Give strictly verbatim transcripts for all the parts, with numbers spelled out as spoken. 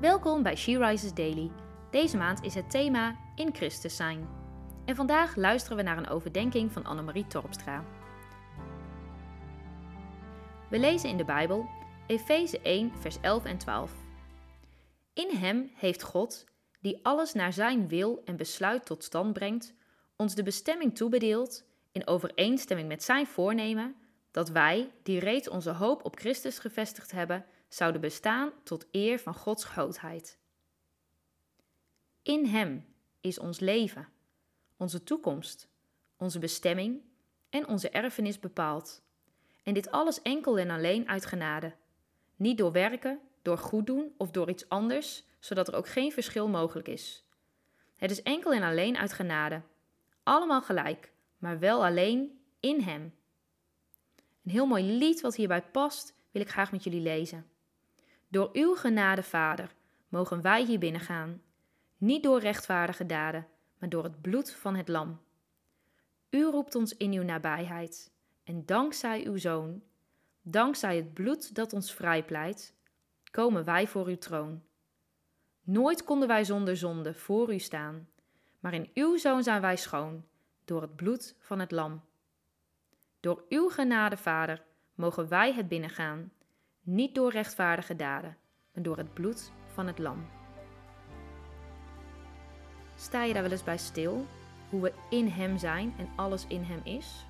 Welkom bij She Rises Daily. Deze maand is het thema In Christus zijn. En vandaag luisteren we naar een overdenking van Annemarie Torpstra. We lezen in de Bijbel Efeze één vers elf en twaalf. In hem heeft God, die alles naar zijn wil en besluit tot stand brengt, ons de bestemming toebedeeld, in overeenstemming met zijn voornemen, dat wij, die reeds onze hoop op Christus gevestigd hebben, zouden bestaan tot eer van Gods grootheid. In hem is ons leven, onze toekomst, onze bestemming en onze erfenis bepaald. En dit alles enkel en alleen uit genade. Niet door werken, door goed doen of door iets anders, zodat er ook geen verschil mogelijk is. Het is enkel en alleen uit genade. Allemaal gelijk, maar wel alleen in hem. Een heel mooi lied wat hierbij past, wil ik graag met jullie lezen. Door uw genade, Vader, mogen wij hier binnengaan. Niet door rechtvaardige daden, maar door het bloed van het lam. U roept ons in uw nabijheid. En dankzij uw Zoon, dankzij het bloed dat ons vrijpleit, komen wij voor uw troon. Nooit konden wij zonder zonde voor u staan, maar in uw Zoon zijn wij schoon, door het bloed van het lam. Door uw genade, Vader, mogen wij het binnengaan, niet door rechtvaardige daden, maar door het bloed van het lam. Sta je daar wel eens bij stil, hoe we in hem zijn en alles in hem is?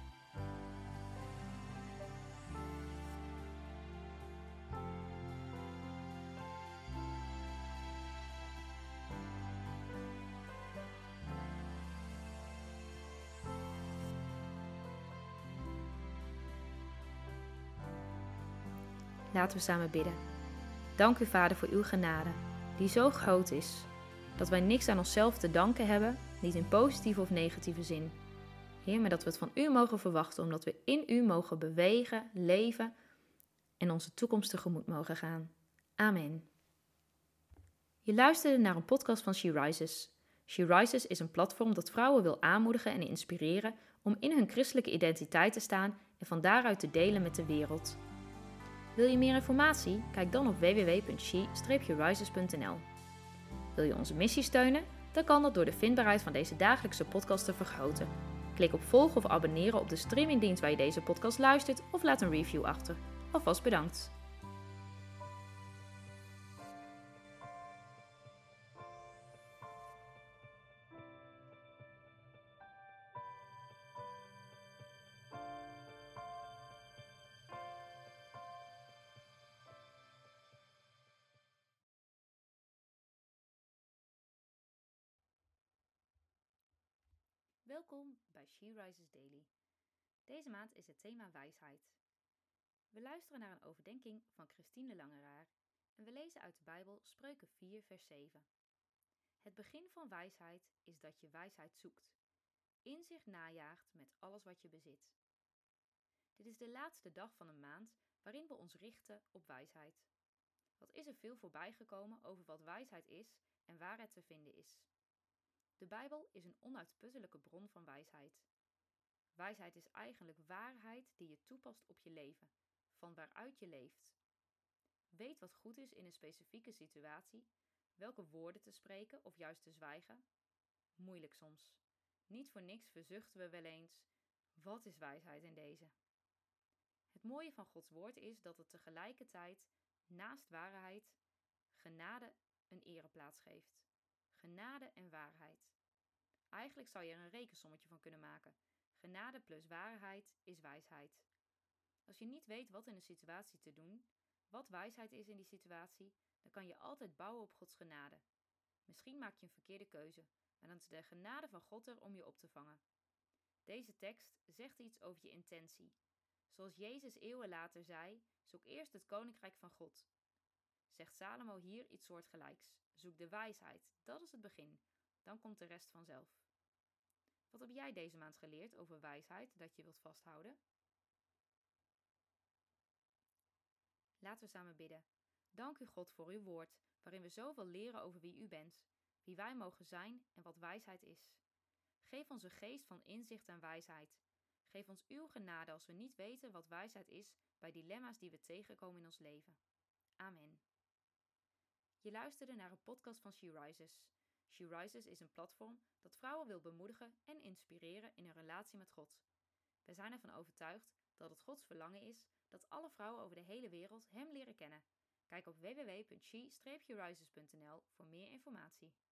Laten we samen bidden. Dank u, Vader, voor uw genade, die zo groot is, dat wij niks aan onszelf te danken hebben, niet in positieve of negatieve zin. Heer, maar dat we het van u mogen verwachten, omdat we in u mogen bewegen, leven en onze toekomst tegemoet mogen gaan. Amen. Je luisterde naar een podcast van She Rises. She Rises is een platform dat vrouwen wil aanmoedigen en inspireren om in hun christelijke identiteit te staan en van daaruit te delen met de wereld. Wil je meer informatie? Kijk dan op w w w punt she rises punt n l. Wil je onze missie steunen? Dan kan dat door de vindbaarheid van deze dagelijkse podcast te vergroten. Klik op volgen of abonneren op de streamingdienst waar je deze podcast luistert of laat een review achter. Alvast bedankt. Welkom bij She Rises Daily. Deze maand is het thema wijsheid. We luisteren naar een overdenking van Christine Langeraar en we lezen uit de Bijbel Spreuken vier vers zeven. Het begin van wijsheid is dat je wijsheid zoekt, inzicht najaagt met alles wat je bezit. Dit is de laatste dag van een maand waarin we ons richten op wijsheid. Wat is er veel voorbij gekomen over wat wijsheid is en waar het te vinden is? De Bijbel is een onuitputtelijke bron van wijsheid. Wijsheid is eigenlijk waarheid die je toepast op je leven, van waaruit je leeft. Weet wat goed is in een specifieke situatie, welke woorden te spreken of juist te zwijgen. Moeilijk soms. Niet voor niks verzuchten we wel eens, wat is wijsheid in deze? Het mooie van Gods woord is dat het tegelijkertijd, naast waarheid, genade een ereplaats geeft. Genade en waarheid. Eigenlijk zou je er een rekensommetje van kunnen maken. Genade plus waarheid is wijsheid. Als je niet weet wat in een situatie te doen, wat wijsheid is in die situatie, dan kan je altijd bouwen op Gods genade. Misschien maak je een verkeerde keuze, maar dan is de genade van God er om je op te vangen. Deze tekst zegt iets over je intentie. Zoals Jezus eeuwen later zei, zoek eerst het koninkrijk van God. Zegt Salomo hier iets soortgelijks. Zoek de wijsheid, dat is het begin. Dan komt de rest vanzelf. Wat heb jij deze maand geleerd over wijsheid dat je wilt vasthouden? Laten we samen bidden. Dank u, God, voor uw woord, waarin we zoveel leren over wie u bent, wie wij mogen zijn en wat wijsheid is. Geef ons een geest van inzicht en wijsheid. Geef ons uw genade als we niet weten wat wijsheid is bij dilemma's die we tegenkomen in ons leven. Amen. Je luisterde naar een podcast van She Rises. She Rises is een platform dat vrouwen wil bemoedigen en inspireren in hun relatie met God. We zijn ervan overtuigd dat het Gods verlangen is dat alle vrouwen over de hele wereld Hem leren kennen. Kijk op w w w punt she dash rises punt n l voor meer informatie.